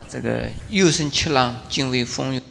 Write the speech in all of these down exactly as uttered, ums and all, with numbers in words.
这个右生七浪，精微风涌。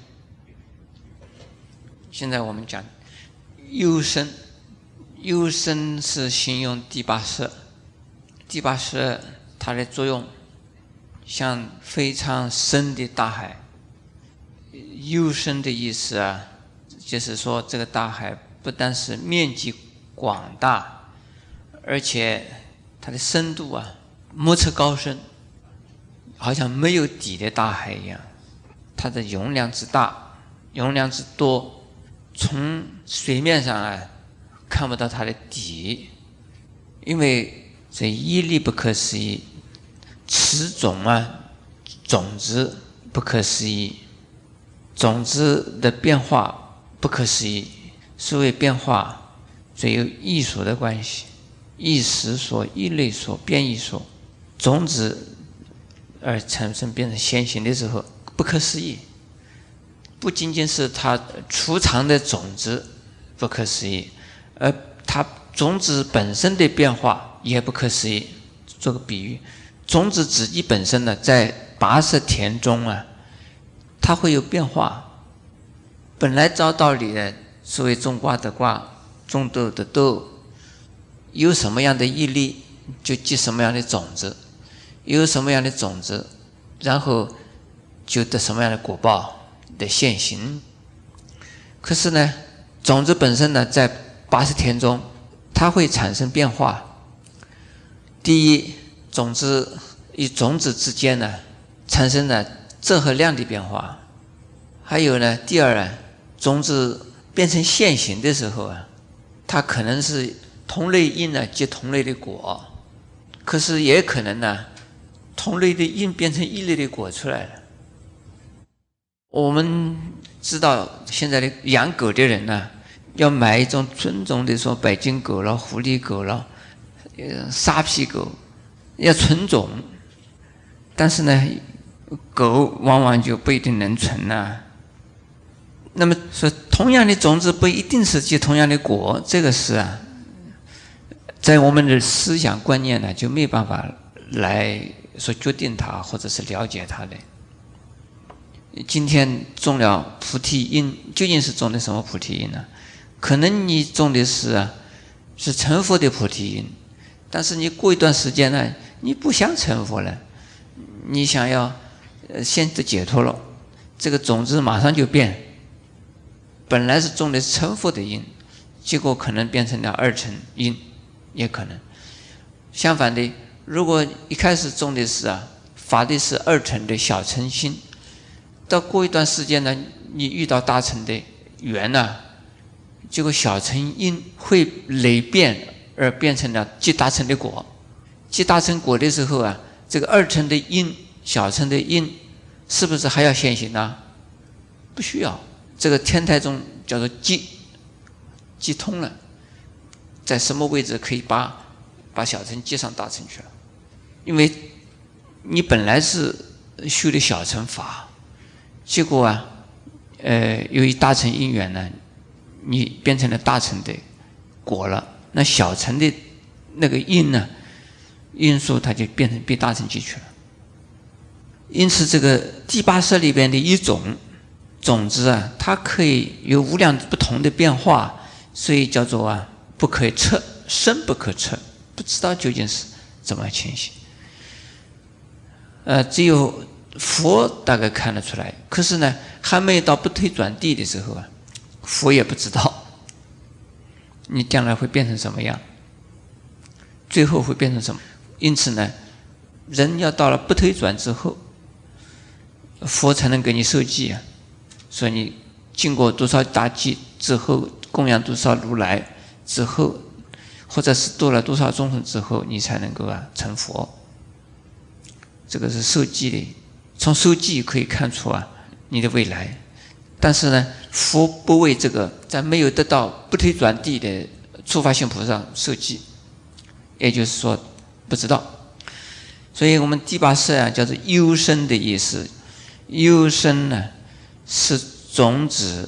现在我们讲幽深，幽深是形容第八识。第八识它的作用像非常深的大海。幽深的意思啊，就是说这个大海不但是面积广大，而且它的深度啊莫测高深，好像没有底的大海一样。它的容量之大，容量之多，从水面上啊看不到它的底，因为这一力不可思议，此种啊种子不可思议，种子的变化不可思议。所谓变化，这有异所的关系，异时所、异类所、变异所。种子而产生变成现行的时候，不可思议。不仅仅是它储藏的种子不可思议，而它种子本身的变化也不可思议。做个比喻，种子自己本身呢，在八识田中啊，它会有变化。本来照道理呢，所谓种瓜得瓜，种豆得豆，有什么样的毅力，就结什么样的种子，有什么样的种子，然后就得什么样的果报的现行。可是呢，种子本身呢，在八识田中，它会产生变化。第一，种子与种子之间呢，产生了质和量的变化。还有呢，第二呢，种子变成现行的时候啊，它可能是同类因呢结同类的果，可是也可能呢，同类的因变成异类的果出来了。我们知道现在的养狗的人呢，要买一种纯种的，说北京狗了、狐狸狗了、沙皮狗，要纯种。但是呢，狗往往就不一定能纯啊。那么说，同样的种子不一定是结同样的果，这个是啊，在我们的思想观念呢，就没办法来说决定它，或者是了解它的。今天种了菩提因，究竟是种的什么菩提因呢？可能你种的是啊，是成佛的菩提因，但是你过一段时间呢，你不想成佛了，你想要呃先得解脱了，这个种子马上就变。本来是种的是成佛的因，结果可能变成了二乘因，也可能。相反的，如果一开始种的是啊，发的是二乘的小乘心，到过一段时间呢，你遇到大乘的缘呢、啊，结果小乘因会累变而变成了结大乘的果。结大乘果的时候啊，这个二乘的因、小乘的因，是不是还要现行呢？不需要。这个天台中叫做结，结通了，在什么位置可以把把小乘接上大乘去了？因为你本来是修的小乘法，结果啊，呃，由于大乘因缘呢，你变成了大乘的果了，那小乘的那个因呢，因素它就变成被大乘进去了。因此，这个第八识里边的一种种子啊，它可以有无量不同的变化，所以叫做啊不可测，深不可测，不知道究竟是怎么情形。呃，只有佛大概看得出来，可是呢，还没到不退转地的时候啊，佛也不知道你将来会变成什么样，最后会变成什么。因此呢，人要到了不退转之后，佛才能给你受记啊。说你经过多少大忌之后，供养多少如来之后，或者是度了多少众生之后，你才能够啊成佛。这个是受记的，从受记可以看出啊你的未来。但是呢，佛不为这个在没有得到不退转地的初发心菩萨受记，也就是说不知道。所以我们第八识啊叫做幽深的意思。幽深呢是种子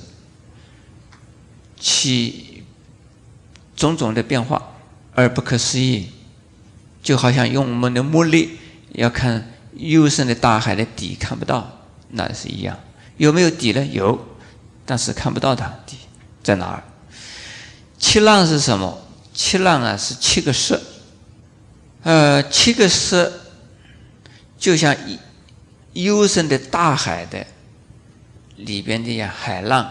其种种的变化而不可思议，就好像用我们的目力要看幽深的大海的底看不到，那是一样。有没有底呢？有，但是看不到它底在哪儿。七浪是什么？七浪啊是七个色，呃，七个色就像幽深的大海的里边的呀海浪，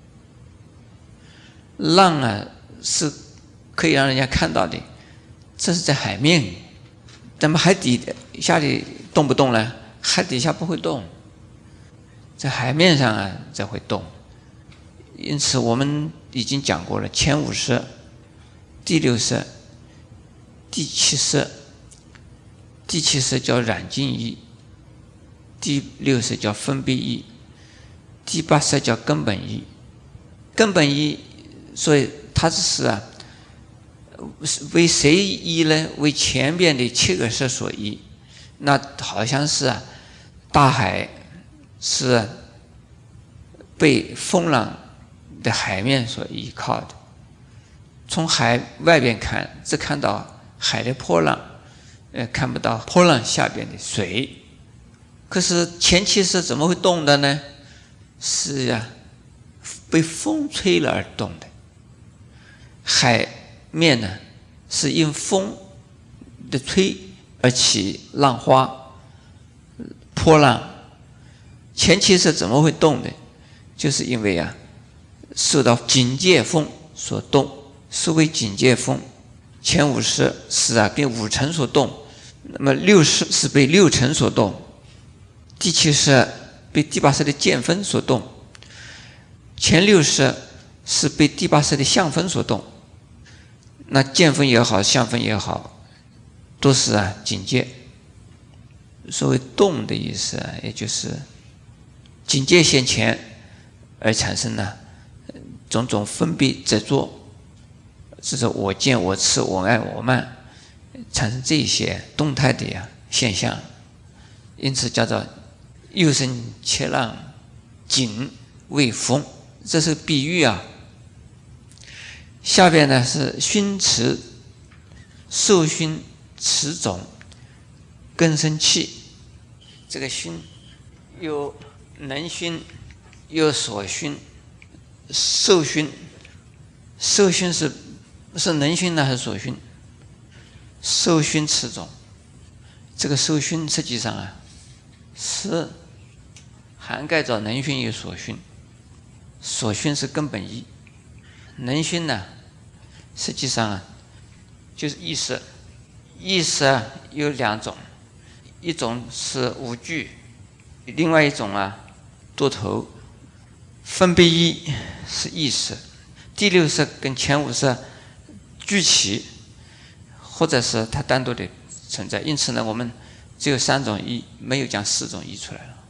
浪啊是可以让人家看到的，这是在海面。咱们海底下里动不动呢？海底下不会动，在海面上啊才会动。因此我们已经讲过了，前五色、第六色、第七色，第七色叫染净意，第六色叫分别意，第八色叫根本意。根本意，所以它只是啊，为谁依呢？为前边的七个色所依。那好像是啊，大海是、啊、被风浪的海面所依靠的。从海外边看，只看到海的波浪，呃，看不到波浪下边的水。可是前七色怎么会动的呢？是呀、啊，被风吹了而动的。海面呢，是因风的吹而起浪花、波浪。前七色怎么会动的？就是因为啊，受到警戒风所动。是为警戒风。前五色是啊被五尘所动，那么六色是被六尘所动，第七色被第八色的见分所动，前六色是被第八色的相分所动。那见分也好，相分也好，都是啊警戒。所谓动的意思啊，也就是警戒现前而产生了种种分别执着。这是我见我痴我爱我慢，产生这些动态的呀现象，因此叫做幽深切浪，景为风，这是比喻啊。下边呢是熏持，受熏持种，根生气。这个熏有能熏，有所熏，受熏。受熏是是能熏呢还是所熏？受熏持种，这个受熏实际上啊是涵盖着能熏与所熏，所熏是根本一。能熏呢，实际上啊就是意识，意识啊有两种，一种是五具，另外一种啊多头。分别一是意识，第六色跟前五色聚齐，或者是它单独的存在。因此呢，我们只有三种意，没有讲四种意出来了。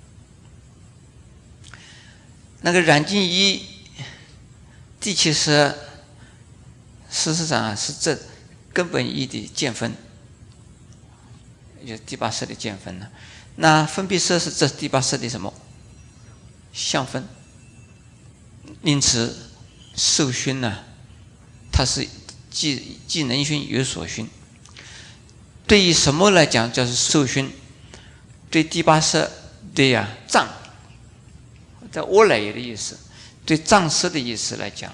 那个染净一第七色，事实上啊是这根本一的见分，也就是第八色的见分呢。那分别色是这第八色的什么？相分。因此受熏呢，它是既既能熏有所熏。对于什么来讲叫是受熏？对第八色的呀藏，在阿赖耶的意思，对藏色的意思来讲，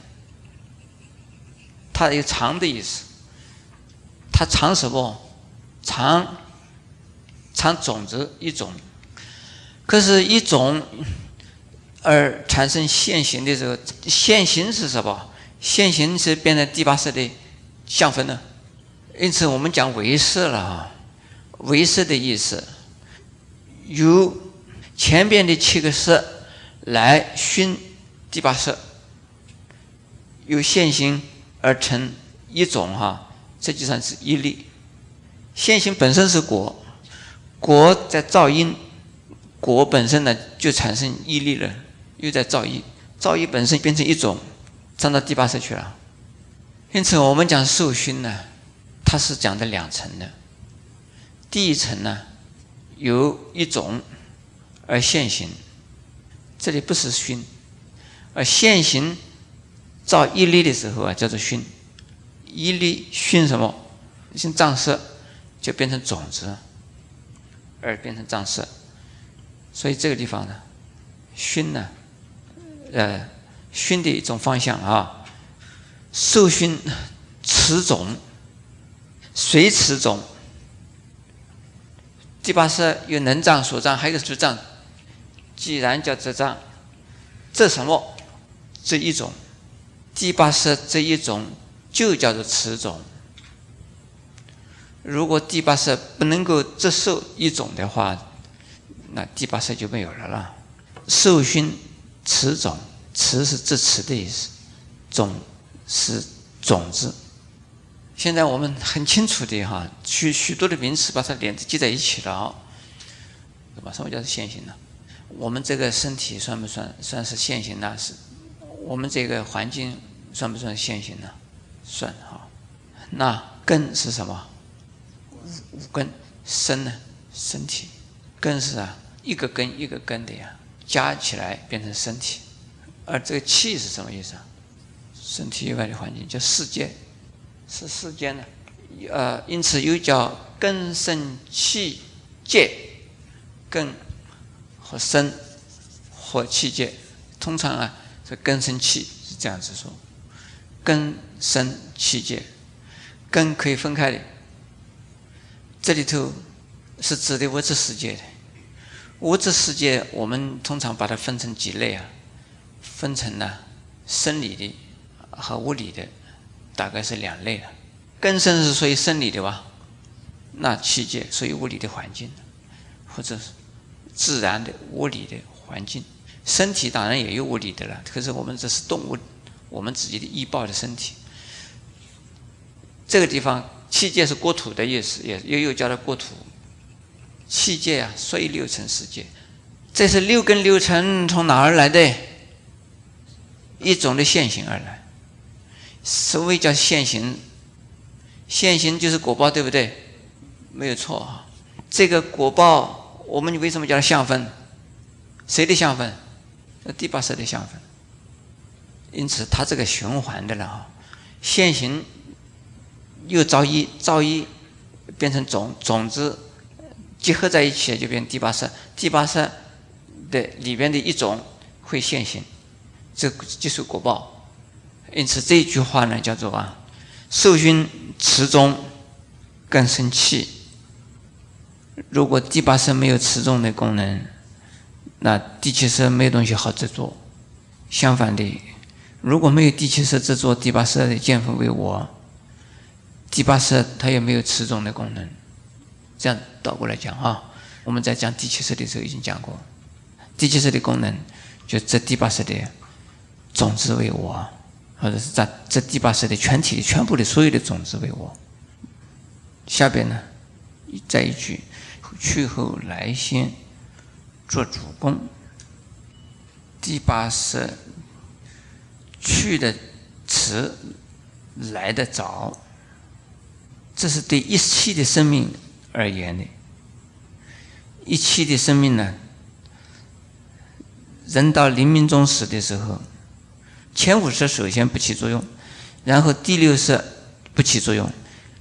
它有藏的意思。它藏什么？藏藏种子一种。可是，一种而产生现行的时候，现行是什么？现行是变成第八色的相分呢。因此，我们讲唯识了啊。唯识的意思，由前边的七个色来熏第八色，由现行而成一种哈，实际上是一力。现行本身是果，果在造因，果本身呢就产生一力了。又在造诣，造诣本身变成一种，上到第八色去了。因此，我们讲受熏呢，它是讲的两层的。第一层呢，由一种而现行，这里不是熏，而现行造一力的时候啊，叫做熏。一力熏什么？熏藏色，就变成种子。 而变成藏色。所以这个地方呢，熏呢，呃，熏的一种方向啊，受熏持种，随持种。第八识有能障、所障，还有一个诸障。既然叫这障，这什么？这一种。第八识这一种就叫做持种。如果第八识不能够接受一种的话，那第八识就没有了啦。受熏持种，持是支持的意思，种是种子。现在我们很清楚的哈，许许多的名词把它连接在一起了啊，对吧？什么叫现行呢？我们这个身体算不算算是现行呢？是我们这个环境算不算现行呢？算哈。那根是什么？五根。身呢？身体。根是啊，一个根一个根的呀，加起来变成身体。而这个气是什么意思啊？身体以外的环境叫世界。是世间呢，呃，因此又叫根生气界，根和生和气界，通常啊，这根生气是这样子说，根生气界，根可以分开的，这里头是指的物质世界的，物质世界我们通常把它分成几类啊，分成了生理的和物理的。大概是两类了，根生是属于生理的吧？那气界属于物理的环境，或者是自然的物理的环境。身体当然也有物理的了，可是我们这是动物，我们自己的依报的身体。这个地方气界是国土的意思，也又又叫它国土。气界啊，虽六尘世界，这是六根六尘从哪儿来的？一种的现行而来。所谓叫现行，现行就是果报，对不对？没有错啊。这个果报，我们为什么叫它相分？谁的相分？第八识的相分。因此，它这个循环的了啊。现行又造一，造一变成种，种子结合在一起就变第八识。第八识的里边的一种会现行，这就是果报。因此这一句话呢，叫做啊，受熏持种，根生气。如果第八识没有持种的功能，那第七识没有东西好执着。相反的，如果没有第七识执着，第八识的见分为我，第八识它也没有持种的功能。这样倒过来讲啊，我们在讲第七识的时候已经讲过，第七识的功能就这第八识的种子为我。或者是这这第八识的全体的全部的所有的种子为我。下边呢，再一句，去后来先做主公。第八识去的迟，来的早，这是对一气的生命而言的。一气的生命呢，人到临命终时的时候。前五识首先不起作用，然后第六识不起作用。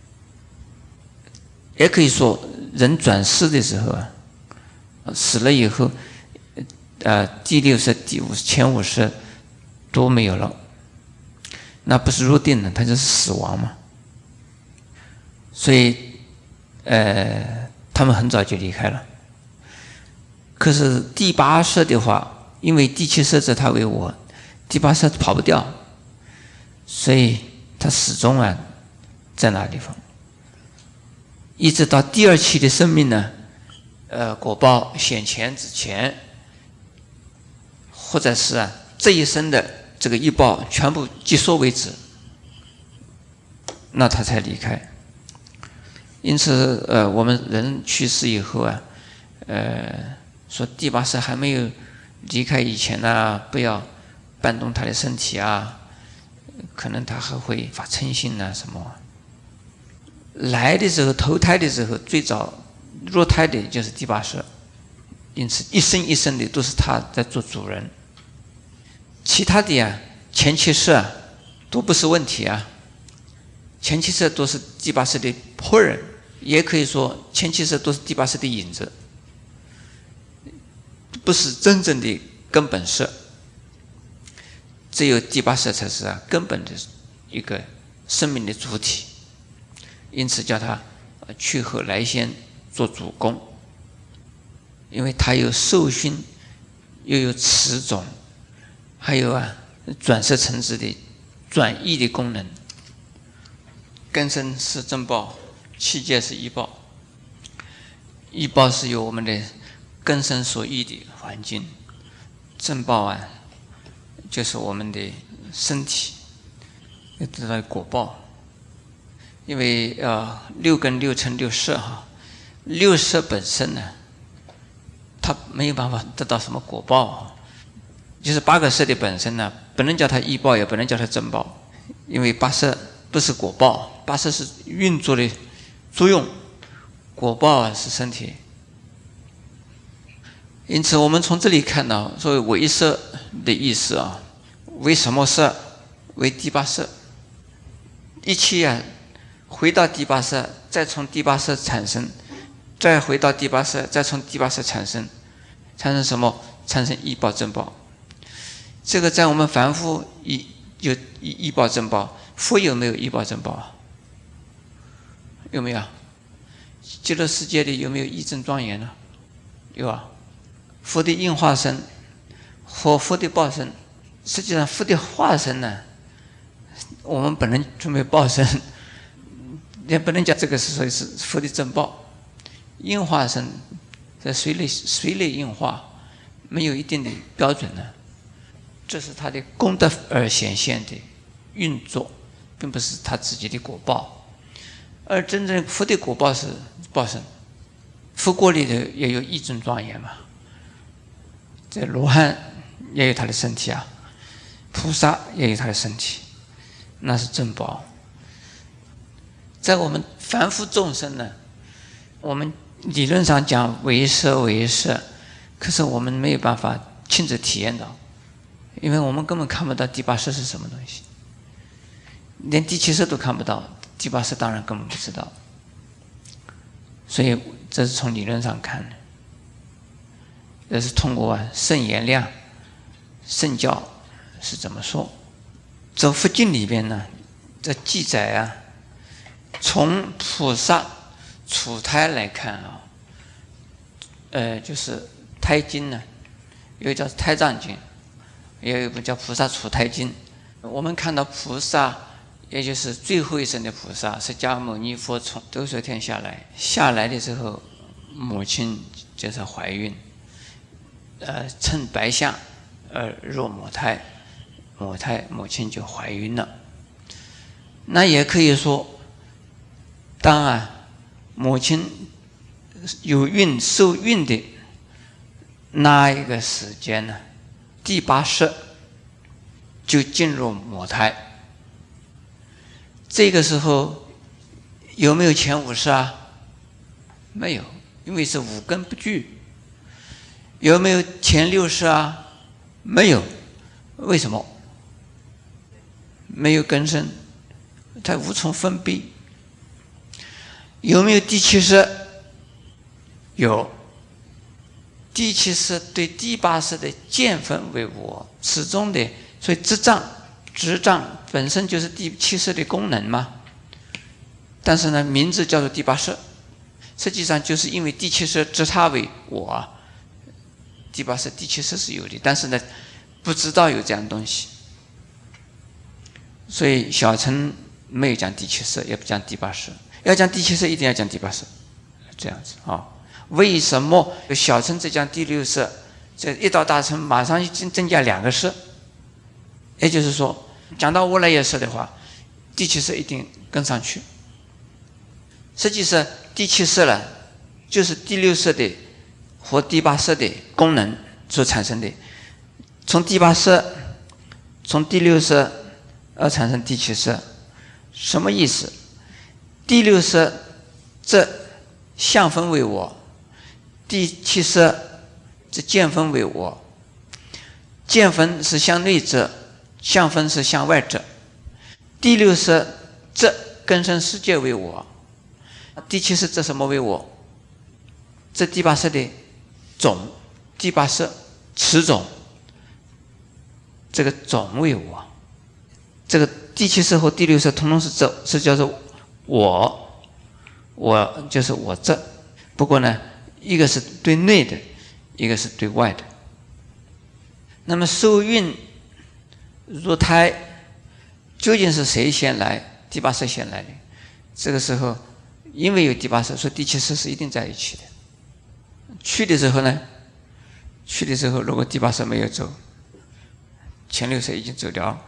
也可以说，人转世的时候啊，死了以后，呃，第六识、第五前五识都没有了，那不是入定了，它就是死亡嘛。所以，呃，他们很早就离开了。可是第八识的话，因为第七识者他为我。第八识跑不掉，所以他始终啊在那地方，一直到第二期的生命呢，呃，果报显前之前，或者是啊这一生的这个业报全部结束为止，那他才离开。因此，呃，我们人去世以后啊，呃，说第八识还没有离开以前呢，不要搬动他的身体啊，可能他还会发嗔心啊什么。来的时候，投胎的时候，最早入胎的就是第八识，因此一生一生的都是他在做主人。其他的呀，前七识啊，都不是问题啊。前七识都是第八识的仆人，也可以说前七识都是第八识的影子。 不是真正的根本色，只有第八色才是啊根本的一个生命的主体，因此叫它去后来先做主功，因为它有受熏，又有持种，还有啊转色成质的转异的功能。根身是正报，器界是依报，依报是由我们的根身所依的环境，正报啊就是我们的身体要得到果报。因为呃六根六尘六色哈，六色本身呢，它没有办法得到什么果报，就是八个色的本身呢，不能叫它依报，也不能叫它正报，因为八色不是果报，八色是运作的作用，果报啊是身体。因此我们从这里看到，所谓唯色的意思啊，为什么色？为第八色，一切啊回到第八色，再从第八色产生，再回到第八色，再从第八色产生，产生什么？产生依报正报。这个在我们凡夫依有依依报正报，佛有没有依报正报啊？有没有？极乐世界里有没有依正庄严呢？有啊。佛的应化身和佛的报身，实际上佛的化身呢，我们本人准备报身，也不能讲这个是所以是佛的正报。应化身在随类随类应化，没有一定的标准呢，这是他的功德而显现的运作，并不是他自己的果报。而真正佛的果报是报身，佛国里头也有一正庄严嘛。这罗汉也有他的身体啊，菩萨也有他的身体，那是正报。在我们凡夫众生呢，我们理论上讲唯色唯色，可是我们没有办法亲自体验到，因为我们根本看不到第八色是什么东西，连第七色都看不到，第八色当然根本不知道。所以这是从理论上看的。这是通过圣言量、圣教是怎么说？这佛经里边呢，这记载啊，从菩萨处胎来看啊，呃，就是胎经呢，有一个叫胎藏经，也有一部叫菩萨处胎经。我们看到菩萨，也就是最后一生的菩萨，释迦牟尼佛从兜率天下来，下来的时候，母亲就是怀孕。呃，趁白象而入母胎，母胎母亲就怀孕了。那也可以说，当啊母亲有孕受孕的那一个时间呢，第八识就进入母胎。这个时候有没有前五识啊？没有，因为是五根不具。有没有前六识啊？没有。为什么？没有根身，它无从分别。有没有第七识？有。第七识对第八识的见分为我，始终的，所以执障执障本身就是第七识的功能嘛。但是呢，名字叫做第八识，实际上就是因为第七识执它为我。第八识、第七识是有的，但是呢，不知道有这样东西，所以小乘没有讲第七识，也不讲第八识。要讲第七识，一定要讲第八识，这样子啊。为什么小乘只讲第六识，这一到大乘马上增增加两个识？也就是说，讲到无赖耶识的话，第七识一定跟上去。实际上，第七识了，就是第六识的。和第八识的功能所产生的，从第八识、从第六识而产生第七识，什么意思？第六识这相分为我，第七识这见分为我。见分是向内者，相分是向外者。第六识这根身世界为我，第七识这什么为我？这第八识的种第八识持种，这个种为我。这个第七识和第六识统统是这，是叫做我，我就是我这。不过呢，一个是对内的，一个是对外的。那么受孕入胎，究竟是谁先来？第八识先来的。这个时候，因为有第八识，所以第七识是一定在一起的。去的时候呢，去的时候如果第八识没有走，前六识已经走掉了。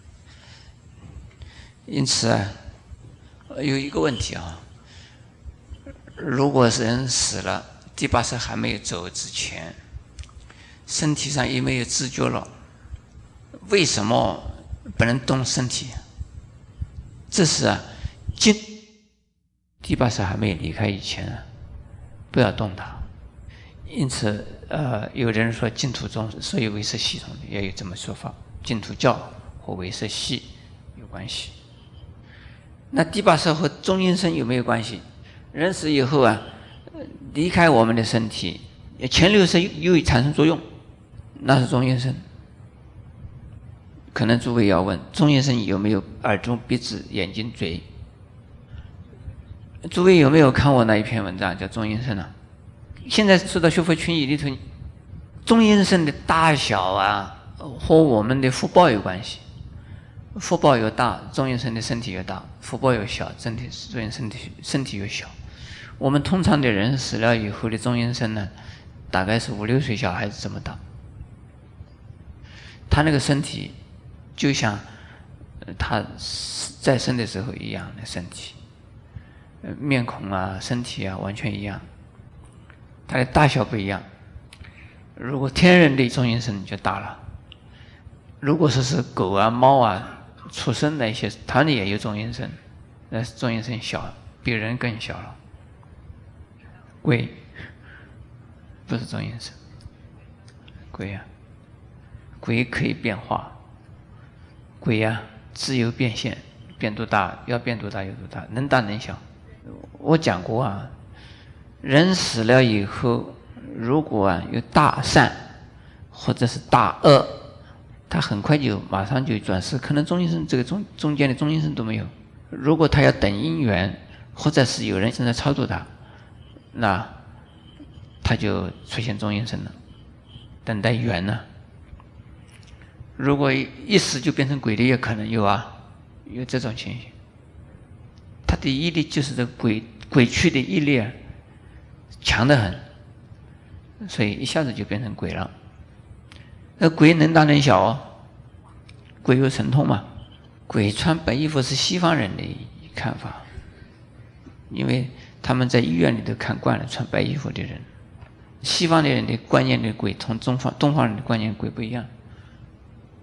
因此啊，有一个问题啊，如果是人死了，第八识还没有走之前，身体上也没有知觉了，为什么不能动身体？这是啊，净第八识还没有离开以前啊，不要动它。因此，呃，有人说净土宗所有唯识系统也有这么说法，净土教和唯识系有关系。那第八识和中阴身有没有关系？人死以后啊，离开我们的身体，前六识又产生作用，那是中阴身。可能诸位要问，中阴身有没有耳中鼻子眼睛嘴？诸位有没有看我那一篇文章叫中阴身啊？现在说到学佛群义里头，中阴身的大小啊，和我们的福报有关系。福报越大，中阴身的身体越大；福报越小，身体中阴身体身体越小。我们通常的人死了以后的中阴身呢，大概是五六岁小孩子这么大。他那个身体就像他在生的时候一样的身体，面孔啊、身体啊完全一样，它的大小不一样。如果天人的中阴身就大了，如果说是狗啊、猫啊、畜生那些，它们也有中阴身，那中阴身小，比人更小了。鬼不是中阴身，鬼啊，鬼可以变化，鬼啊自由变现，变多大要变多大有多大，能大能小。我讲过啊，人死了以后，如果啊有大善或者是大恶，他很快就马上就转世，可能中阴身这个中中间的中阴身都没有。如果他要等因缘，或者是有人正在操作他，那他就出现中阴身了，等待缘呢。如果一死就变成鬼的也可能有啊，有这种情形。他的毅力就是这鬼鬼去的毅力啊，强得很，所以一下子就变成鬼了。那鬼能大能小哦，鬼有神通嘛。鬼穿白衣服是西方人的看法，因为他们在医院里头看惯了穿白衣服的人。西方的人的观念的鬼同东方东方人的观念鬼不一样。